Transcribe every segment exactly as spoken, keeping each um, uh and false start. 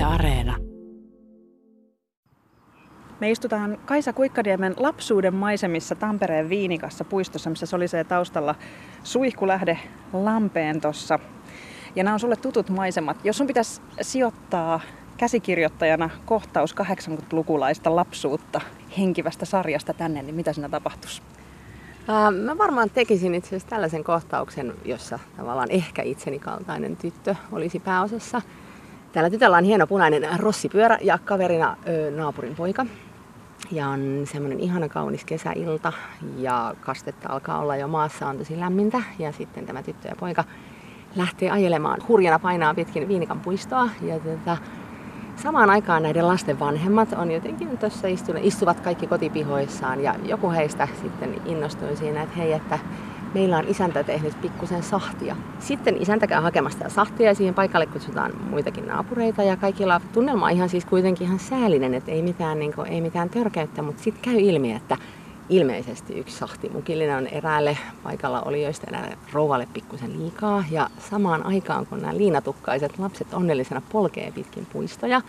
Areena. Me istutaan Kaisa Kuikkaniemen lapsuuden maisemissa Tampereen Viinikassa puistossa, missä solisee taustalla suihkulähde lampeen tossa. Ja nämä on sulle tutut maisemat. Jos sun pitäisi sijoittaa käsikirjoittajana kohtaus kahdeksankymmentälukulaista lapsuutta henkivästä sarjasta tänne, niin mitä siinä tapahtuisi? Ää, mä varmaan tekisin itse asiassa tällaisen kohtauksen, jossa tavallaan ehkä itseni kaltainen tyttö olisi pääosassa. Tällä tytöllä on hieno punainen rossipyörä ja kaverina ö, naapurin poika. Ja on semmoinen ihana kaunis kesäilta ja kastetta alkaa olla jo maassa, on tosi lämmintä. Ja sitten tämä tyttö ja poika lähtee ajelemaan hurjana painaa pitkin Viinikan puistoa. Ja tätä, samaan aikaan näiden lasten vanhemmat on jotenkin tuossa istuneet, istuvat kaikki kotipihoissaan. Ja joku heistä sitten innostui siinä, että hei, että meillä on isäntä tehnyt pikkusen sahtia. Sitten isäntä käy hakemassa sitä sahtia ja siihen paikalle kutsutaan muitakin naapureita. Ja kaikilla tunnelma on ihan siis kuitenkin ihan säällinen, että ei mitään, niin kuin, ei mitään törkeyttä. Mutta sitten käy ilmi, että ilmeisesti yksi sahtimukillinen on eräälle paikalla olijoista eräälle rouvalle pikkusen liikaa. Ja samaan aikaan, kun nämä liinatukkaiset lapset onnellisena polkee pitkin puistoja,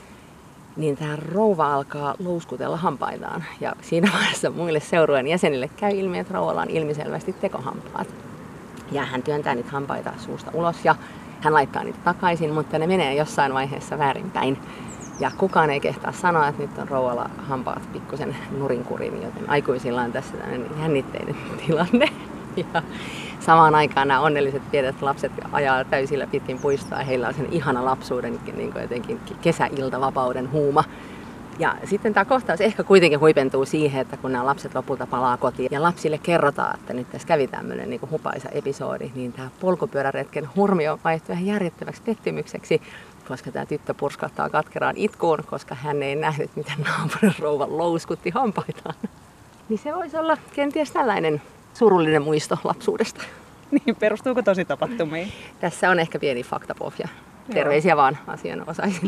niin tämä rouva alkaa louskutella hampaitaan. Ja siinä vaiheessa muille seurueen jäsenille käy ilmi, että rouvalla on ilmiselvästi tekohampaat. Ja hän työntää niitä hampaita suusta ulos ja hän laittaa niitä takaisin, mutta ne menee jossain vaiheessa väärinpäin. Ja kukaan ei kehtaa sanoa, että nyt on rouvalla hampaat pikkusen nurinkurin, joten aikuisilla on tässä tämmöinen jännitteinen tilanne. Ja samaan aikaan nämä onnelliset pienet lapset ajaa täysillä pitkin puistoa ja heillä on sen ihana lapsuuden niin kuin jotenkin kesäiltavapauden huuma. Ja sitten tämä kohtaus ehkä kuitenkin huipentuu siihen, että kun nämä lapset lopulta palaa kotiin ja lapsille kerrotaan, että nyt tässä kävi tämmöinen niin kuin hupaisa episodi, niin tämä polkupyöräretken hurmio vaihtuu ihan järjettäväksi pettymykseksi, koska tämä tyttö purskahtaa katkeraan itkuun, koska hän ei nähnyt, miten naapurin rouva louskutti hampaitaan. Niin se voisi olla kenties tällainen surullinen muisto lapsuudesta. Niin, perustuuko tosi tapahtumiin? Tässä on ehkä pieni faktapohja. Terveisiä vaan asianosaisille.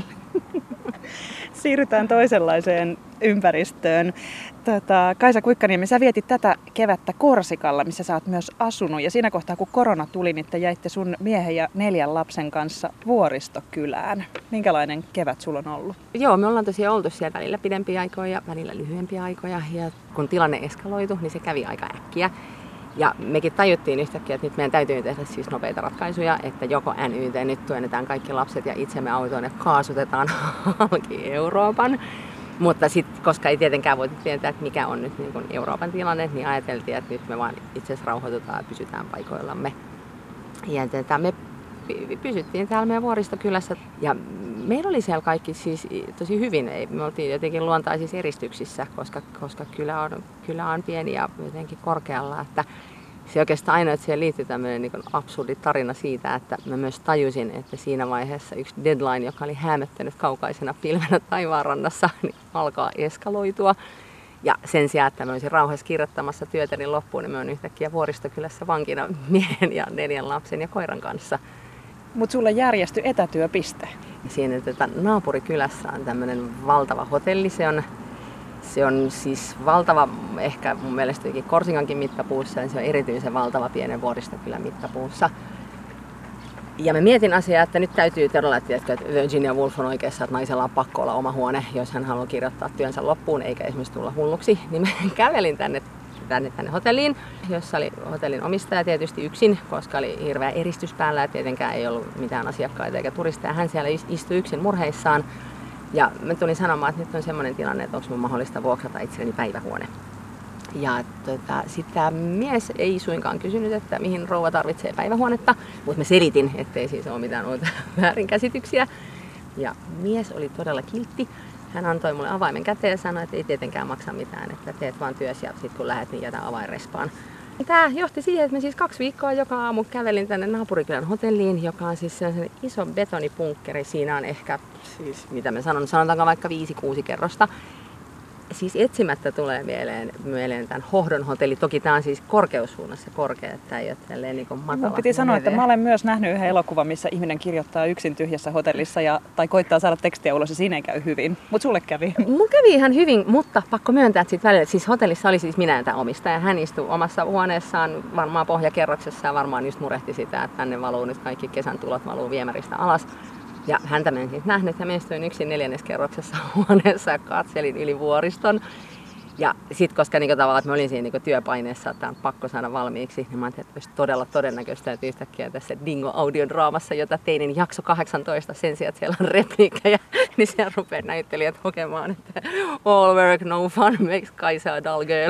Siirrytään toisenlaiseen ympäristöön. Tota, Kaisa Kuikkaniemi, sä vietit tätä kevättä Korsikalla, missä sä oot myös asunut. Ja siinä kohtaa, kun korona tuli, niin te jäitte sun miehen ja neljän lapsen kanssa Vuoristokylään. Minkälainen kevät sulla on ollut? Joo, me ollaan tosiaan oltu siellä välillä pidempiä aikoja ja välillä lyhyempiä aikoja. Ja kun tilanne eskaloitu, niin se kävi aika äkkiä. Ja mekin tajuttiin yhtäkkiä, että nyt meidän täytyy tehdä siis nopeita ratkaisuja, että joko N Y T nyt työnnetään kaikki lapset ja itsemme autoon ja kaasutetaan halki Euroopan. Mutta sitten, koska ei tietenkään voitu tietää, että mikä on nyt niin kuin Euroopan tilanne, niin ajateltiin, että nyt me vaan itse asiassa rauhoitutaan ja pysytään paikoillamme. Ja tätä me pysyttiin täällä meidän Vuoristokylässä ja meillä oli siellä kaikki siis tosi hyvin. Me oltiin jotenkin luontaisissa eristyksissä, koska, koska kylä, on, kylä on pieni ja jotenkin korkealla. Että se oikeastaan ainoa, että siihen liittyy tämmöinen niin kuin absurdi tarina siitä, että mä myös tajusin, että siinä vaiheessa yksi deadline, joka oli häämöttänyt kaukaisena pilvenä taivaanrannassa, niin alkaa eskaloitua. Ja sen sijaan, että mä olisin rauhassa kirjoittamassa työtäni loppuun, niin mä oon yhtäkkiä Vuoristokylässä vankina miehen ja neljän lapsen ja koiran kanssa. Mutta sulle järjestyi etätyöpiste. Ja siinä tätä naapurikylässä on tämmöinen valtava hotelli. Se on, se on siis valtava, ehkä mun mielestä Korsikankin mittapuussa, ja se on erityisen valtava pienen Vuoristokylän mittapuussa. Ja mä mietin asiaa, että nyt täytyy todella, että Virginia Woolf on oikeassa, että naisella on pakko olla oma huone, jos hän haluaa kirjoittaa työnsä loppuun, eikä esimerkiksi tulla hulluksi. Niin mä kävelin tänne, tänne, tänne hotelliin, jossa oli hotellin omistaja tietysti yksin, koska oli hirveä eristys päällä ja tietenkään ei ollut mitään asiakkaita eikä turisteja. Hän siellä istui yksin murheissaan. Ja mä tulin sanomaan, että nyt on semmoinen tilanne, että onko mun mahdollista vuokrata itselleni päivähuone. Ja tota, sitten tämä mies ei suinkaan kysynyt, että mihin rouva tarvitsee päivähuonetta, mutta mä selitin, ettei siis ole mitään uutta väärinkäsityksiä. Ja mies oli todella kiltti. Hän antoi mulle avaimen käteen ja sanoi, että ei tietenkään maksa mitään, että teet vaan työsi ja sitten kun lähdet, niin jätä avainrespaan. Tämä johti siihen, että mä siis kaksi viikkoa joka aamu kävelin tänne naapurikylän hotelliin, joka on siis sellainen iso betonipunkkeri. Siinä on ehkä, siis mitä mä sanon, sanotaanko vaikka viisi kuusi kerrosta. Siis etsimättä tulee mieleen, mieleen tämän Hohdon hotelli. Toki tämä on siis korkeussuunnassa korkea, että tämä ei ole tälleen niin kuin matala. Mun piti sanoa, että mä olen myös nähnyt yhden elokuvan, missä ihminen kirjoittaa yksin tyhjässä hotellissa ja, tai koittaa saada tekstiä ulos ja siinä ei käy hyvin. Mutta sulle kävi. Mun kävi ihan hyvin, mutta pakko myöntää, että sitten välillä, siis hotellissa oli siis minä tämä omistaja. Hän istui omassa huoneessaan varmaan pohjakerroksessa ja varmaan just murehti sitä, että tänne valuu nyt kaikki kesän tulot valuu viemäristä alas. Ja häntä mä en siis nähnyt ja istuin yksin neljänneskerroksessa huoneessa ja katselin yli vuoriston. Ja sitten koska niinku tavallaan, että mä olin siinä niinku työpaineessa, että on pakko saada valmiiksi, niin mä ajattelin, että olisi todella todennäköistä, että yhtäkkiä tässä Dingo-audiodraamassa, jota tein, niin jakso kahdeksantoista sen sijaan, että siellä on repliikkejä, niin siellä rupeaa näyttelijät hokemaan, että all work, no fun makes Kaisa a dull girl.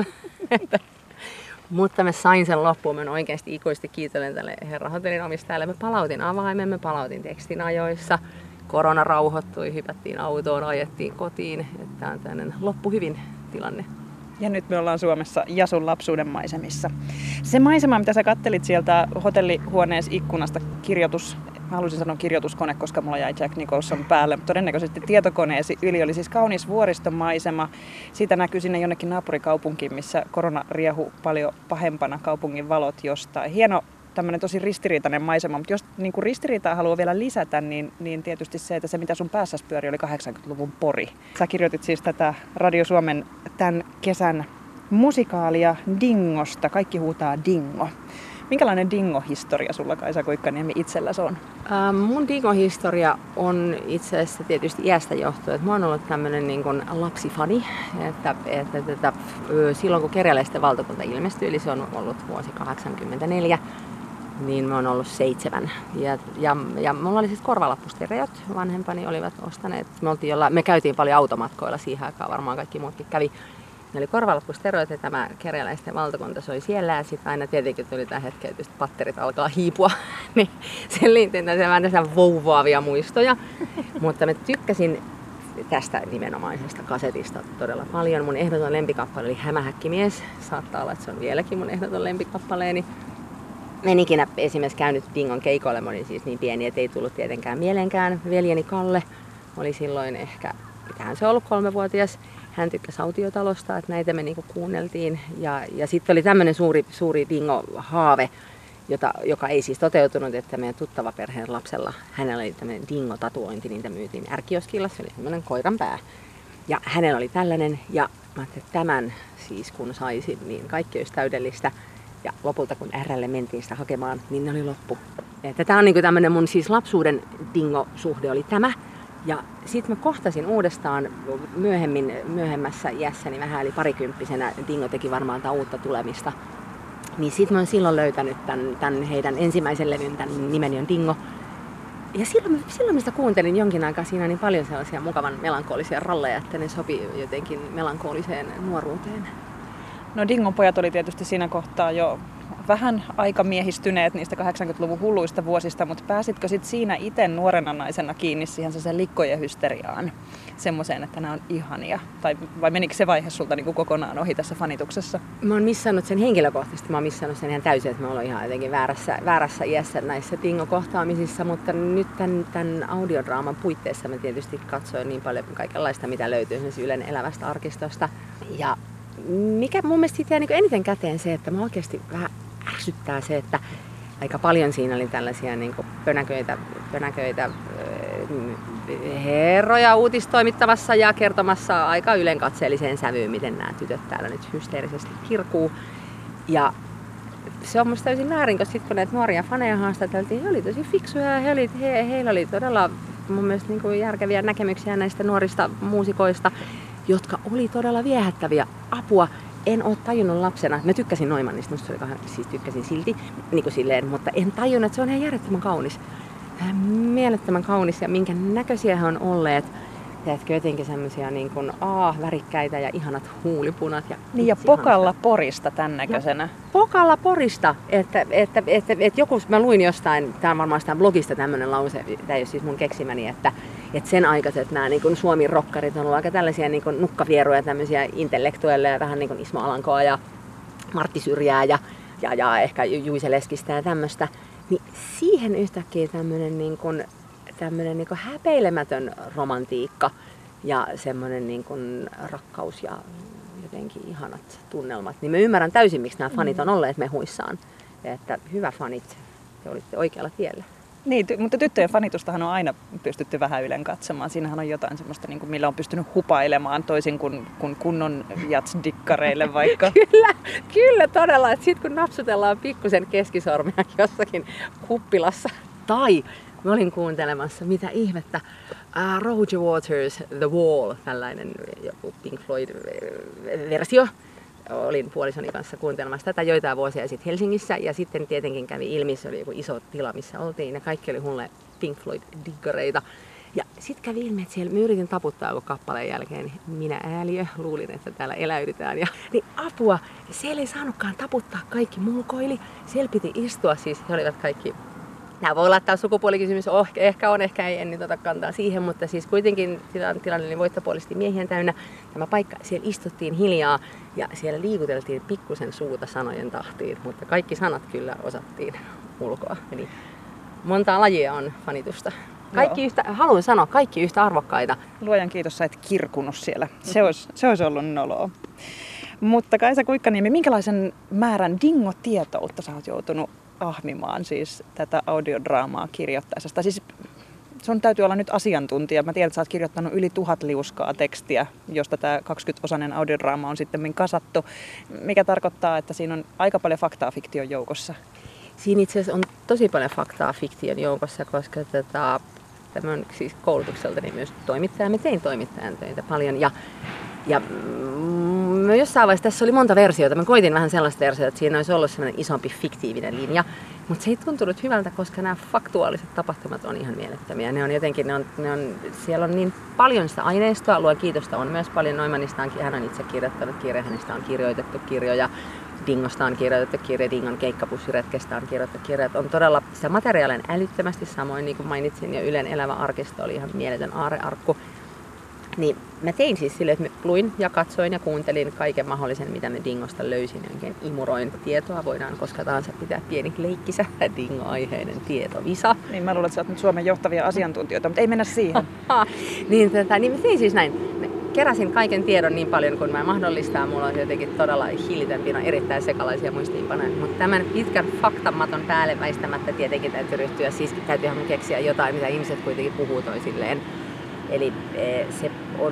Mutta mä sain sen loppuun, mä oikeasti ikuisesti kiitollinen tälle herra hotellin omistajalle. Mä palautin avaimen, mä palautin tekstin ajoissa. Korona rauhoittui, hypättiin autoon, ajettiin kotiin. Tämä on tämmöinen loppu hyvin tilanne. Ja nyt me ollaan Suomessa ja sun lapsuuden maisemissa. Se maisema, mitä sä kattelit sieltä hotellihuoneessa ikkunasta, kirjoitus, mä haluaisin sanoa kirjoituskone, koska mulla jäi Jack Nicholson päälle, mutta todennäköisesti tietokoneesi yli oli siis kaunis vuoristomaisema. Siitä näkyy sinne jonnekin naapurikaupunkiin, missä korona riehu paljon pahempana, kaupungin valot jostain. Hieno tämmöinen tosi ristiriitainen maisema, mutta jos niin kuin ristiriitaa haluaa vielä lisätä, niin, niin tietysti se, että se mitä sun päässäsi pyöri oli kahdeksankymmentäluvun Pori. Sä kirjoitit siis tätä Radio Suomen tämän kesän musikaalia Dingosta. Kaikki huutaa Dingo. Minkälainen Dingo-historia sulla, Kaisa Kuikkaniemi, itselläsi on? Ähm, mun Dingo-historia on itse asiassa tietysti iästä johtuen. Mä oon ollut tämmönen niin kuin lapsifani, että, että, että, että silloin kun Kerjäläisten valtakunta ilmestyi, eli se on ollut vuosi kahdeksankymmentäneljä, niin mä oon ollut seitsemän. Ja, ja, ja mulla oli siis korvalappustereot, vanhempani olivat ostaneet. Me, oltiin jolla, me käytiin paljon automatkoilla siihen aikaan, varmaan kaikki muutkin kävi. Ne oli korvalappustereot ja tämä Kerjäläisten valtakunta soi siellä ja sitten aina tietenkin tuli tämä hetki, että patterit alkaa hiipua. niin sen liittyy tämmöisiä vouvaavia muistoja. Mutta mä tykkäsin tästä nimenomaisesta kasetista todella paljon. Mun ehdoton lempikappale oli Hämähäkkimies. Saattaa olla, että se on vieläkin mun ehdoton lempikappaleeni. Mä en ikinä esimerkiksi käynyt Dingon keikoille. Mä olin siis niin pieni, että ei tullut tietenkään mieleenkään. Veljeni Kalle oli silloin ehkä, mitähän se ollut, kolmevuotias. Hän tykkäsi Autiotalosta, että näitä me niinku kuunneltiin. Ja, ja sitten oli tämmöinen suuri, suuri Dingo-haave, jota, joka ei siis toteutunut, että meidän tuttava perheen lapsella, hänellä oli tämmöinen Dingo-tatuointi, niitä myytiin R-kioskilla, se oli semmoinen koiran pää. Ja hänellä oli tällainen, ja mä ajattelin, että tämän siis kun saisin, niin kaikki olisi täydellistä. Ja lopulta kun R:lle mentiin sitä hakemaan, niin ne oli loppu. Että tämä on niinku tämmöinen mun siis lapsuuden Dingo-suhde oli tämä. Ja sitten mä kohtasin uudestaan myöhemmin, myöhemmässä iässäni vähän, eli parikymppisenä, Dingo teki varmaan tämä uutta tulemista. Niin sitten mä oon silloin löytänyt tämän, tämän heidän ensimmäisen levyn, tämän nimeni on Dingo. Ja silloin, silloin mä sitä kuuntelin jonkin aikaa, siinä niin paljon sellaisia mukavan melankolisia ralleja, että ne sopi jotenkin melankoliseen nuoruuteen. No Dingon pojat oli tietysti siinä kohtaa jo vähän aikamiehistyneet niistä kahdeksankymmentäluvun hulluista vuosista, mutta pääsitkö sitten siinä itse nuorena naisena kiinni siihen sen likkojen hysteriaan? Semmoiseen, että nämä on ihania? Tai vai menikö se vaihe sulta niin kuin kokonaan ohi tässä fanituksessa? Mä oon missannut sen henkilökohtaisesti, mä oon missannut sen ihan täysin, että mä oon ihan jotenkin väärässä, väärässä iässä näissä Dingo-kohtaamisissa, mutta nyt tämän, tämän audiodraaman puitteissa mä tietysti katsoin niin paljon kaikenlaista, mitä löytyy esimerkiksi Ylen elävästä arkistosta. Ja mikä mun mielestä siitä jää niin eniten käteen se, että mä oikeasti vähän ärsyttää se, että aika paljon siinä oli tällaisia niin kuin pönäköitä, pönäköitä herroja uutistoimittamassa ja kertomassa aika ylenkatseelliseen sävyyn, miten nämä tytöt täällä nyt hysteerisesti kirkuu. Ja se on musta täysin väärin, koska sitten kun näitä nuoria faneja haastateltiin, he oli tosi fiksuja ja he oli, he, heillä oli todella mun mielestä niin kuin järkeviä näkemyksiä näistä nuorista muusikoista, jotka oli todella viehättäviä. Apua. En ole tajunnut lapsena, mä tykkäsin Neumannista, musta se oli kahden, siis tykkäsin silti, niin kuin silleen, mutta en tajunnut, että se on ihan järjettömän kaunis. Mielettömän kaunis ja minkä näköisiä he on olleet. Teetkö jotenkin semmosia niin kuin A-värikkäitä ja ihanat huulipunat. Ja niin ja Pokalla Porista tämän näköisenä. No, Pokalla Porista, että, että, että, että, että joku, mä luin jostain, tää on varmaan sitä blogista tämmönen lause, tää ei ole siis mun keksimäni, että, että sen aikaiset nämä niin kuin Suomi-rokkarit on ollut aika tällaisia niin kuin nukkavieruja, tämmöisiä intellektuelleja, vähän niin kuin Ismo Alankoa ja Martti Syrjää ja, ja, ja ehkä Juise Leskistä ja tämmöistä. Niin siihen yhtäkkiä tämmönen niin kuin tämmöinen niin kuin häpeilemätön romantiikka ja semmoinen niin kuin rakkaus ja jotenkin ihanat tunnelmat. Niin mä ymmärrän täysin, miksi nämä fanit on olleet mehuissaan. Että hyvä fanit, te olitte oikealla tiellä. Niin, ty- mutta tyttöjen fanitustahan on aina pystytty vähän Ylen katsomaan. Siinähän on jotain semmoista, niin kuin, millä on pystynyt hupailemaan toisin kuin, kuin kunnon jats-dikkareille vaikka. kyllä, kyllä todella. Sitten kun napsutellaan pikkusen keskisormea jossakin kuppilassa tai mä olin kuuntelemassa, mitä ihmettä, uh, Roger Waters' The Wall, tällainen joku Pink Floyd-versio. Olin puolisoni kanssa kuuntelemassa tätä joitain vuosia sitten Helsingissä ja sitten tietenkin kävi ilmi, se oli joku iso tila, missä oltiin ja kaikki oli hulle Pink Floyd-diggareita. Ja sitten kävi ilmi, että siellä mä yritin taputtaa joku kappaleen jälkeen, niin minä ääliö, luulin, että täällä eläydytään. Ja, niin apua, siellä ei saanutkaan taputtaa, kaikki mulkoili, siellä piti istua, siis he olivat kaikki. Nämä voi olla tämä sukupuolikysymys, oh, ehkä on, ehkä ei, en nyt ota kantaa siihen, mutta siis kuitenkin tilanne oli voittopuolisesti miehien täynnä. Tämä paikka, siellä istuttiin hiljaa ja siellä liikuteltiin pikkusen suuta sanojen tahtiin, mutta kaikki sanat kyllä osattiin ulkoa. Eli montaa lajia on fanitusta. Kaikki yhtä, haluan sanoa, kaikki yhtä arvokkaita. Luojan kiitos, sä et kirkunut siellä. Se olisi, se olisi ollut noloa. Mutta Kaisa Kuikkaniemi, minkälaisen määrän dingotietoutta sä oot joutunut ahmimaan siis tätä audiodraamaa kirjoittaessa? Siis sun täytyy olla nyt asiantuntija. Mä tiedän, että sä oot kirjoittanut yli tuhat liuskaa tekstiä, josta tämä kaksikymmentäosainen audiodraama on sitten kasattu. Mikä tarkoittaa, että siinä on aika paljon faktaa fiktion joukossa? Siinä itse asiassa on tosi paljon faktaa fiktion joukossa, koska tätä, tämä on siis koulutukseltani myös toimittaja. Mä tein toimittajan töitä paljon ja, ja mm, jossain vaiheessa tässä oli monta versiota. Mä koitin vähän sellaista versiota, että siinä olisi ollut sellainen isompi fiktiivinen linja. Mutta se ei tuntunut hyvältä, koska nämä faktuaaliset tapahtumat on ihan mielettömiä. Ne on jotenkin, ne on, ne on, siellä on niin paljon sitä aineistoa. Luojan kiitosta on myös paljon. Neumanista on, hän on itse kirjoittanut kirja, hänestä on kirjoitettu kirjoja. Dingosta on kirjoitettu kirja, Dingon keikkapussiretkestä on kirjoitettu kirja. On todella sitä materiaalia älyttömästi, samoin niin kuin mainitsin, ja Ylen elävä arkisto oli ihan mieletön aarrearkku. Niin mä tein siis silleen, että mä luin ja katsoin ja kuuntelin kaiken mahdollisen, mitä me Dingosta löysin. Ja oikein imuroin tietoa, voidaan koska tahansa pitää pieni leikkisä, Dingo-aiheinen tietovisa. Niin mä luulen, että sä oot nyt Suomen johtavia asiantuntijoita, mutta ei mennä siihen. niin, tätä, niin mä tein siis näin. Keräsin kaiken tiedon niin paljon kuin mä mahdollistaa. Mulla on jotenkin todella hillitön pino, erittäin sekalaisia muistiinpanoja. Mutta tämän pitkän faktamaton päälle väistämättä tietenkin täytyy ryhtyä. Siis täytyyhän keksiä jotain, mitä ihmiset kuitenkin puhuu toisilleen. Eli se on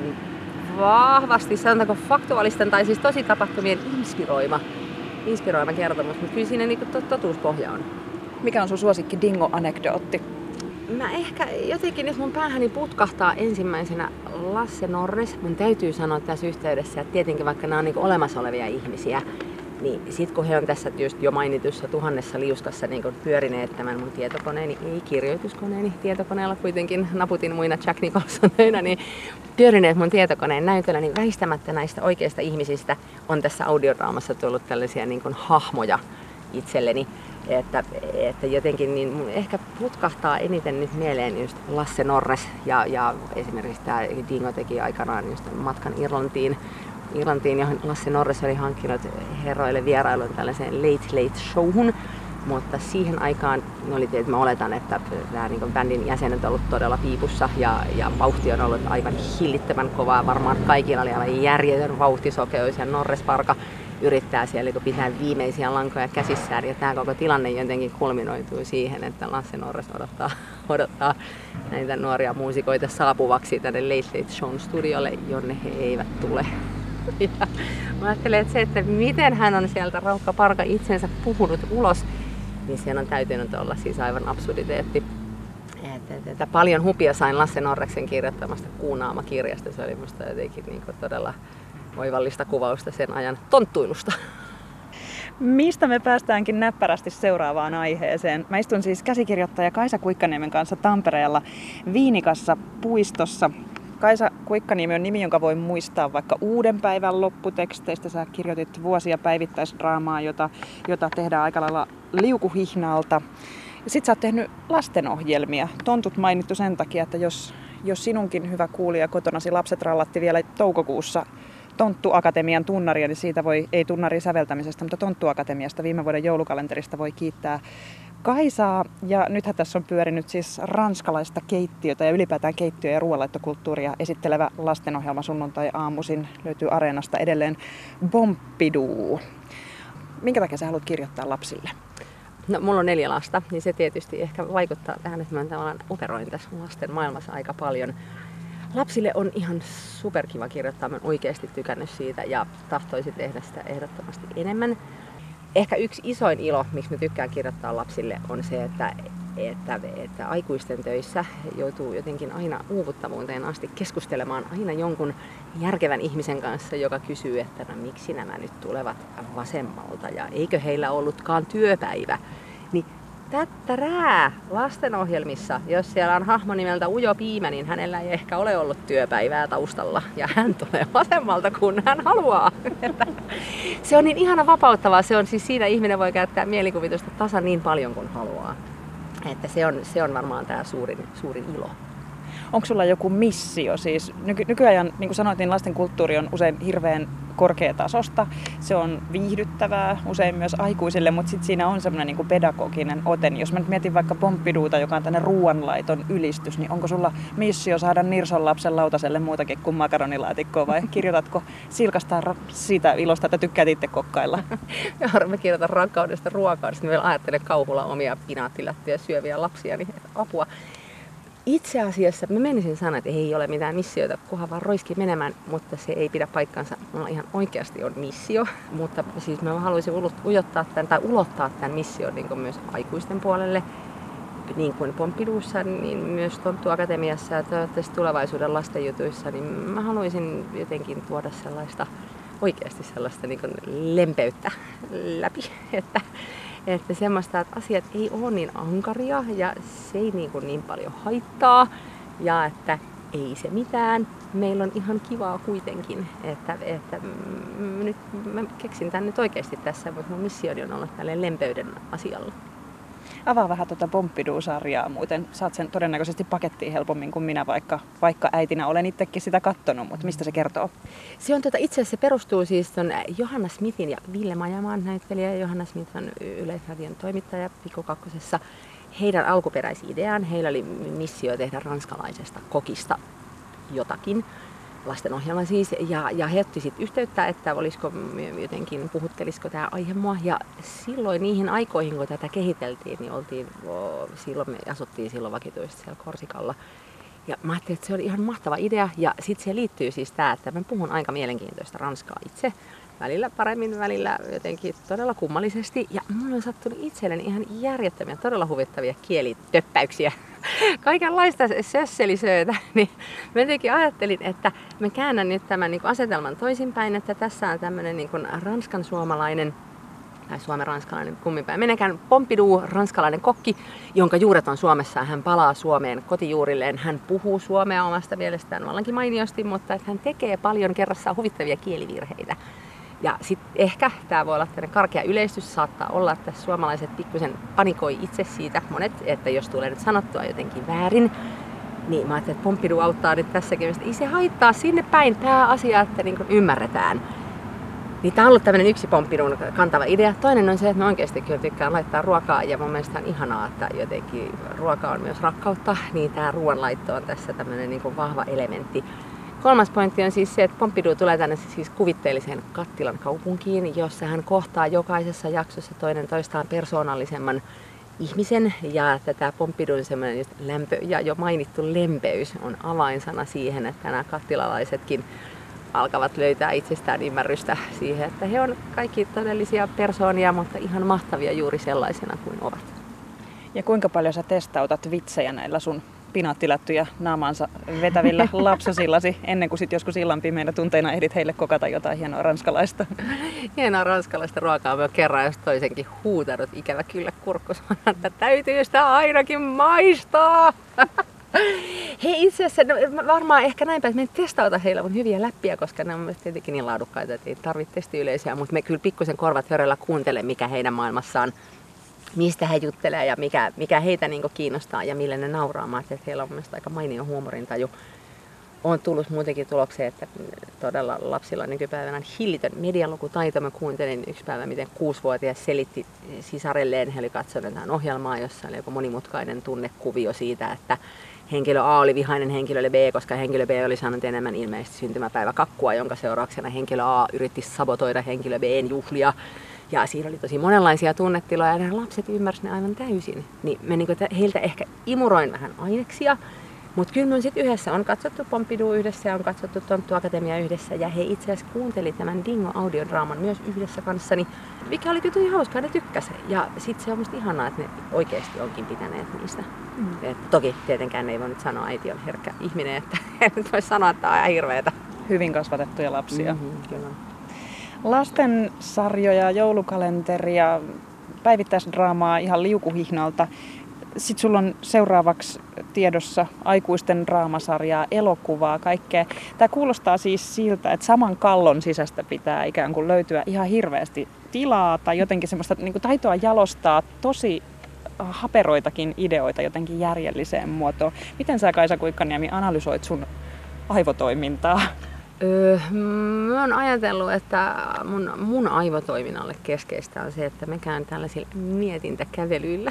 vahvasti, sanotaanko faktuaalisten tai siis tositapahtumien inspiroima, inspiroima kertomus. Mutta kyllä siinä niinku totuuspohja on. Mikä on sun suosikki dingo-anekdootti? Mä ehkä jotenkin, jos mun päähäni putkahtaa ensimmäisenä Lasse Norres, mun täytyy sanoa tässä yhteydessä, että tietenkin vaikka nämä on niin olemassa olevia ihmisiä, niin sit kun he on tässä just jo mainitussa tuhannessa liuskassa niin pyörineet tämän mun tietokoneeni, ei kirjoituskoneeni, tietokoneella kuitenkin naputin muina Jack Nicholsoneina, niin pyörineet mun tietokoneen näytöllä, niin väistämättä näistä oikeista ihmisistä on tässä audiodraamassa tullut tällaisia niin kuin hahmoja itselleni. Että, että jotenkin niin mun ehkä putkahtaa eniten nyt mieleen just Lasse Norres ja, ja esimerkiksi tämä Dingo teki aikanaan just matkan Irlantiin, Irlantiin, johon Lasse Norres oli hankkinut herroille vierailun tällaiseen Late Late Showhun. Mutta siihen aikaan oli, että mä oletan, että nämä niin bändin jäsenet on ollut todella piipussa ja, ja vauhti on ollut aivan hillittömän kovaa. Varmaan kaikilla oli aivan järjetön vauhtisokeus ja Norres-parka yrittää siellä pitää viimeisiä lankoja käsissään. Ja tämä koko tilanne jotenkin kulminoituu siihen, että Lasse Norres odottaa, odottaa näitä nuoria muusikoita saapuvaksi tänne Late Late Shown studiolle, jonne he eivät tule. Ja mä ajattelen, että se, että miten hän on sieltä Raukka Parka itsensä puhunut ulos, niin siellä on täytynyt olla siis aivan absurditeetti. Että, että, että paljon hupia sain Lasse Norreksen kirjoittamasta Kuunaama-kirjasta. Se oli musta jotenkin niin kuin todella oivallista kuvausta sen ajan tonttuilusta. Mistä me päästäänkin näppärästi seuraavaan aiheeseen? Mä istun siis käsikirjoittaja Kaisa Kuikkaniemen kanssa Tampereella Viinikassa puistossa. Kaisa Kuikkaniemi on nimi, jonka voi muistaa vaikka Uuden päivän lopputeksteistä. Sä kirjoitit vuosia päivittäisdraamaa, jota, jota tehdään aika lailla liukuhihnalta. Sitten sä oot tehnyt lastenohjelmia. Tontut mainittu sen takia, että jos, jos sinunkin hyvä kuulija kotonasi lapset rallatti vielä toukokuussa Tonttu Akatemian tunnaria, niin siitä voi, ei tunnarin säveltämisestä, mutta Tonttu Akatemiasta viime vuoden joulukalenterista voi kiittää Kaisaa. Ja nythän tässä on pyörinyt siis ranskalaista keittiötä ja ylipäätään keittiö- ja ruoanlaittokulttuuria esittelevä lastenohjelma sunnuntai-aamuisin. Löytyy Areenasta edelleen Pompidou. Minkä takia sä haluat kirjoittaa lapsille? No, mulla on neljä lasta, niin se tietysti ehkä vaikuttaa tähän, että mä tavallaan operoin tässä lasten maailmassa aika paljon. Lapsille on ihan superkiva kirjoittaa, mä oon oikeasti tykännyt siitä ja tahtoisin tehdä sitä ehdottomasti enemmän. Ehkä yksi isoin ilo, miksi mä tykkään kirjoittaa lapsille, on se, että että, että aikuisten töissä joutuu jotenkin aina uuvuttavuuteen asti keskustelemaan aina jonkun järkevän ihmisen kanssa, joka kysyy, että no, miksi nämä nyt tulevat vasemmalta ja eikö heillä ollutkaan työpäivä. Niin tättärää lastenohjelmissa, jos siellä on hahmo nimeltä Ujo Piimä, niin hänellä ei ehkä ole ollut työpäivää taustalla ja hän tulee vasemmalta kun hän haluaa. Se on niin ihana vapauttavaa, se on siis siinä ihminen voi käyttää mielikuvitusta tasan niin paljon kuin haluaa. Että se on, se on varmaan tämä suurin, suurin ilo. Onko sulla joku missio? Siis nyky- nykyajan, niin kuin sanoit, niin lasten kulttuuri on usein hirveän korkeatasosta. Se on viihdyttävää usein myös aikuisille, mutta sitten siinä on semmoinen niin kuin pedagoginen ote. Jos mä nyt mietin vaikka Pompidouta, joka on tänne ruoanlaiton ylistys, niin onko sulla missio saada Nirson lapsen lautaselle muutakin kuin makaronilaatikkoa vai kirjoitatko silkastaan siitä ilosta, että tykkäät itse kokkailla? Joo, mä kirjoitan rakkaudesta ruokaudesta. Mä vielä ajattelen kauhulla omia pinaattilättyjä syöviä lapsia, niin apua. Itse asiassa mä menisin sanoa, että ei ole mitään missioita, kunhan vaan roiski menemään, mutta se ei pidä paikkansa. Mulla ihan oikeasti on missio, mutta siis mä haluaisin ujottaa tämän, tai ulottaa tämän mission niin kuin myös aikuisten puolelle. Niin kuin Pompidoussa, niin myös Tonttu Akatemiassa ja toivottavasti tulevaisuuden lastenjutuissa, niin mä haluaisin jotenkin tuoda sellaista, oikeasti sellaista niin kuin lempeyttä läpi, että Että semmoista, että asiat ei ole niin ankaria ja se ei niin, kuin niin paljon haittaa ja että ei se mitään. Meillä on ihan kivaa kuitenkin, että, että m- nyt mä keksin tän nyt oikeasti tässä, mutta mun missioni on olla tälleen lempeyden asialla. Avaa vähän tuota Pompidou-sarjaa muuten. Saat sen todennäköisesti pakettiin helpommin kuin minä, vaikka, vaikka äitinä olen itsekin sitä kattonut, mutta mistä se kertoo? Se on tuota, itse asiassa se perustuu siis ton Johanna Smithin ja Ville Majamaan näyttelijä. Johanna Smith on Yleisradion toimittaja Pikku Kakkosessa. Heidän alkuperäisideaan, heillä oli missio tehdä ranskalaisesta kokista jotakin. Lastenohjelma siis, ja, ja he otti sitten yhteyttä, että olisiko jotenkin, puhuttelisiko tämä aihe mua. Ja silloin niihin aikoihin, kun tätä kehiteltiin, niin oltiin, o, silloin me asuttiin silloin vakituisesti siellä Korsikalla. Ja mä ajattelin, että se oli ihan mahtava idea, ja sitten siihen liittyy siis tämä, että mä puhun aika mielenkiintoista ranskaa itse. Välillä paremmin, välillä jotenkin todella kummallisesti, ja mulla on sattunut itselleni ihan järjettömiä, todella huvittavia kielitöppäyksiä. Kaikenlaista sösselisöitä, niin mä jotenkin ajattelin, että mä käännän nyt tämän niin kuin asetelman toisinpäin, että tässä on tämmöinen niin kuin ranskan-suomalainen, tai suomen-ranskalainen kumminpäin, menekään Pompidou, ranskalainen kokki, jonka juuret on Suomessa, ja hän palaa Suomeen kotijuurilleen. Hän puhuu suomea omasta mielestään vallankin mainiosti, mutta että hän tekee paljon kerrassaan huvittavia kielivirheitä. Ja sitten ehkä tämä voi olla tämmöinen karkea yleistys, saattaa olla, että suomalaiset pikkusen panikoi itse siitä monet, että jos tulee nyt sanottua jotenkin väärin, niin mä ajattelin, että Pompidou auttaa nyt tässäkin, että ei se haittaa sinne päin pääasia, että niin kuin ymmärretään. Niin tämä on ollut tämmöinen yksi Pompidoun kantava idea. Toinen on se, että mä oikeasti kyllä tykkään laittaa ruokaa ja mun mielestä on ihanaa, että jotenkin ruoka on myös rakkautta, niin tämä ruoanlaitto on tässä tämmöinen niin kuin vahva elementti. Kolmas pointti on siis se, että Pompidou tulee tänne siis kuvitteelliseen Kattilan kaupunkiin, jossa hän kohtaa jokaisessa jaksossa toinen toistaan persoonallisemman ihmisen. Ja tätä Pompidoun semmoinen just lämpö ja jo mainittu lempeys on avainsana siihen, että nämä kattilalaisetkin alkavat löytää itsestään ymmärrystä siihen, että he on kaikki todellisia persoonia, mutta ihan mahtavia juuri sellaisena kuin ovat. Ja kuinka paljon sä testautat vitsejä näillä sun pinaattilättyjä naamaansa vetävillä lapsosillasi ennen kuin sit joskus illan pimeinä tunteina ehdit heille kokata jotain hienoa ranskalaista? Hienoa ranskalaista ruokaa. Mä oon kerran jos toisenkin huutanut, ikävä kyllä kurkkusanan, että täytyy sitä ainakin maistaa. Hei, itse asiassa no, varmaan ehkä näinpä, että me ei testauta heillä mun hyviä läppiä, koska ne on myös tietenkin niin laadukkaita, että ei tarvitse testiyleisöä, mutta me kyllä pikkusen korvat höröllä kuuntele, mikä heidän maailmassaan, mistä he juttelee ja mikä, mikä heitä niin kiinnostaa ja millä ne nauraa. Mä ajattelin, että heillä on mun mielestä aika mainio huumorintaju. On tullut muutenkin tulokseen, että todella lapsilla nykypäivänä on hillitön medialukutaito. Mä kuuntelin yksi päivä, miten kuusivuotias selitti sisarelleen. He oli katsonut jotain ohjelmaa, jossa oli joku monimutkainen tunnekuvio siitä, että henkilö A oli vihainen henkilölle B, koska henkilö B oli saanut enemmän ilmeisesti syntymäpäiväkakkua, jonka seurauksena henkilö A yritti sabotoida henkilö B:n juhlia. Ja siinä oli tosi monenlaisia tunnetiloja ja nämä lapset ymmärsivät ne aivan täysin. Niin me niin heiltä ehkä imuroin vähän aineksia. Mutta kyllä me on sitten yhdessä, on katsottu Pompidou yhdessä ja on katsottu Tonttu Akatemia yhdessä ja he itse asiassa kuunteli tämän Dingo-audiodraaman myös yhdessä kanssani, mikä oli kyllä tosi hauskaa, ne tykkäsi. Ja sitten se on musta ihanaa, että ne oikeasti onkin pitäneet niistä. Mm. Et toki tietenkään ei voi nyt sanoa, äiti on herkkä ihminen, että en nyt voi sanoa, että on ihan hirveetä. Hyvin kasvatettuja lapsia. Mm-hmm, kyllä. Lastensarjoja, joulukalenteria, päivittäisdraamaa ihan liukuhihnalta. Sitten sulla on seuraavaksi tiedossa aikuisten draamasarjaa, elokuvaa, kaikkea. Tämä kuulostaa siis siltä, että saman kallon sisästä pitää ikään kuin löytyä ihan hirveästi tilaa tai jotenkin semmoista niin kuin taitoa jalostaa tosi haperoitakin ideoita jotenkin järjelliseen muotoon. Miten sä, Kaisa Kuikkaniemi, analysoit sun aivotoimintaa? Öö, mä oon ajatellut, että mun, mun aivotoiminnalle keskeistä on se, että mä käyn tällaisilla mietintäkävelyillä.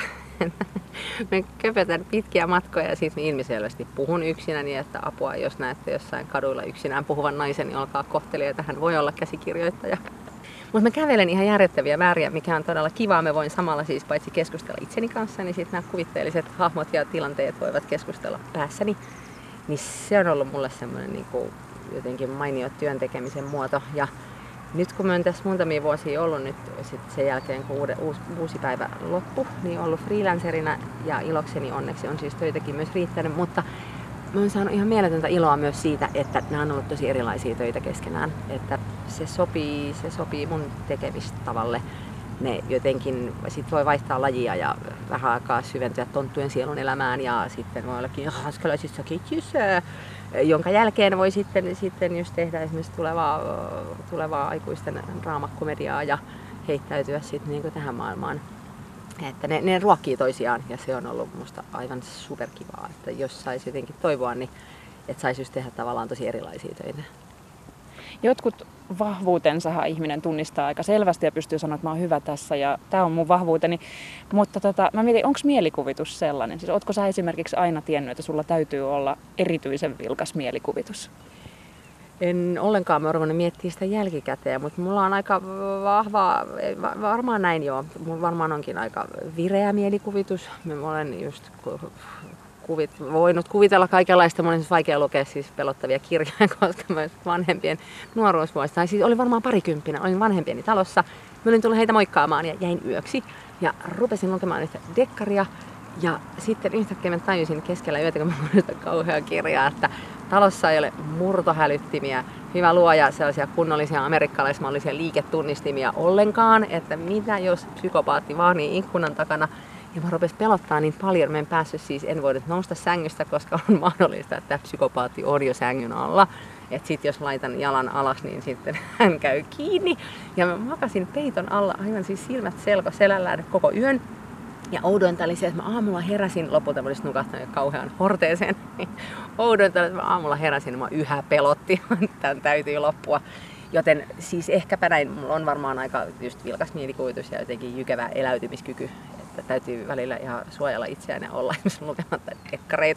Mä köpötän pitkiä matkoja ja sitten ilmiselvästi puhun yksinäni, että apua, jos näette jossain kaduilla yksinään puhuvan naisen, niin olkaa kohtelijoita, hän voi olla käsikirjoittaja. Mutta mä kävelen ihan järjettäviä määriä, mikä on todella kivaa. Mä voin samalla siis paitsi keskustella itseni kanssa, niin sitten nämä kuvitteelliset hahmot ja tilanteet voivat keskustella päässäni. Niin se on ollut mulle semmoinen niin kuin jotenkin mainio työn tekemisen muoto. Ja nyt kun mä oon tässä muutamia vuosia ollut nyt sit sen jälkeen, kun uude, uusi, uusi päivä loppu, niin ollut freelancerina ja ilokseni onneksi on siis töitäkin myös riittänyt, mutta mä oon saanut ihan mieletöntä iloa myös siitä, että nämä on ollut tosi erilaisia töitä keskenään. Että se sopii, se sopii mun tekemistavalle. Ne jotenkin, sit voi vaihtaa lajia ja vähän aikaa syventyä tonttujen sielun elämään ja sitten voi ollakin hanskalaisissa ketjussa, jonka jälkeen voi sitten, sitten just tehdä esimerkiksi tulevaa, tulevaa aikuisten draamakomediaa ja heittäytyä sitten niin kuin tähän maailmaan. Että ne, ne ruokkii toisiaan ja se on ollut musta aivan superkivaa, että jos saisi jotenkin toivoa, niin että saisi just tehdä tavallaan tosi erilaisia töitä. Jotkut vahvuutensa ihminen tunnistaa aika selvästi ja pystyy sanoa, että mä oon hyvä tässä ja tää on mun vahvuuteni. Mutta tota, mä mietin, onko mielikuvitus sellainen? Siis ootko sä esimerkiksi aina tiennyt, että sulla täytyy olla erityisen vilkas mielikuvitus? En ollenkaan, mä oon miettiä sitä jälkikäteen, mutta mulla on aika vahva, varmaan näin joo, mulla varmaan onkin aika vireä mielikuvitus. Mä olen just kuvit, voinut kuvitella kaikenlaista, mun on siis vaikea lukea siis pelottavia kirjoja, koska mä vanhempien nuoruusvuosista, siis oli varmaan parikymppinen, olin vanhempieni talossa, mä olin tullut heitä moikkaamaan ja jäin yöksi ja rupesin lukemaan yhtä dekkaria. Ja sitten yhtäkkiä mä tajusin keskellä yötä, kun mä luin sitä kauheaa kirjaa, että talossa ei ole murtohälyttimiä, hyvä luoja, sellaisia kunnollisia amerikkalaismallisia liiketunnistimia ollenkaan, että mitä jos psykopaatti vaanii ikkunan takana. Ja mä rupesin pelottaa niin paljon, mä en päässyt siis, en voinut nousta sängystä, koska on mahdollista, että psykopaatti on jo sängyn alla. Että sit jos laitan jalan alas, niin sitten hän käy kiinni. Ja mä makasin peiton alla aivan siis silmät selko selällään koko yön. Ja oudointa oli se, että mä aamulla heräsin, lopulta mä olisin nukahtanut kauhean horteeseen. Oudointa oli, että mä aamulla heräsin ja mä yhä pelotti, tämän täytyy loppua. Joten siis ehkäpä näin, mulla on varmaan aika just vilkas mielikuvitus ja jotenkin jykevä eläytymiskyky. Että täytyy välillä ihan suojella itseään ja olla lukematta dekkareita.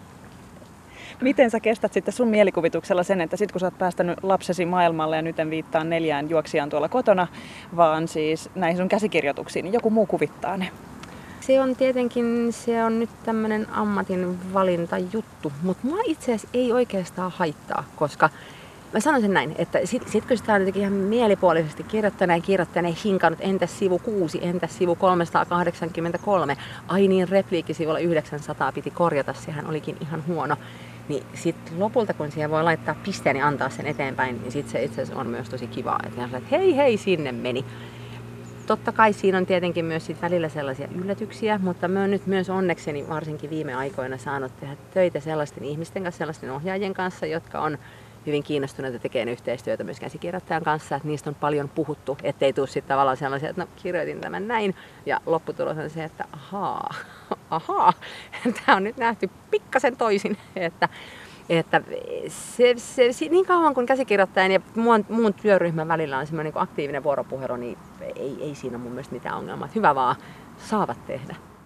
Miten sä kestät sitten sun mielikuvituksella sen, että sit kun sä oot päästänyt lapsesi maailmalle ja nyt en viittaa neljään juoksijaan tuolla kotona, vaan siis näihin sun käsikirjoituksiin, niin joku muu kuvittaa ne? Se on tietenkin, se on nyt tämmönen ammatin valintajuttu, mutta mua itse asiassa ei oikeastaan haittaa, koska mä sanon sen näin, että sit, sit kun sitä on jotenkin ihan mielipuolisesti kirjoittaneen, kirjoittaneen hinkannut, entäs sivu kuusi, entäs sivu kolmesataakahdeksankymmentäkolme, ai niin repliikki sivulla yhdeksänsataa piti korjata, sehän olikin ihan huono. Niin sitten lopulta, kun siihen voi laittaa pisteen ja antaa sen eteenpäin, niin sitten se itse asiassa on myös tosi kivaa, että hän sanoo, että hei hei, sinne meni. Totta kai siinä on tietenkin myös sit välillä sellaisia yllätyksiä, mutta mä oon nyt myös onnekseni varsinkin viime aikoina saanut tehdä töitä sellaisten ihmisten kanssa, sellaisten ohjaajien kanssa, jotka on hyvin kiinnostuneita tekemään yhteistyötä myös käsikirjoittajan kanssa, että niistä on paljon puhuttu, ettei tule sitten tavallaan sellaisia, että no kirjoitin tämän näin ja lopputulos on se, että ahaa, ahaa, tämä on nyt nähty pikkasen toisin, että Että se, se, se, niin kauan kun käsikirjoittajan ja muun, muun työryhmän välillä on semmoinen niin aktiivinen vuoropuhelu, niin ei, ei siinä ole mun mielestä mitään ongelmaa. Hyvä vaan, saavat tehdä.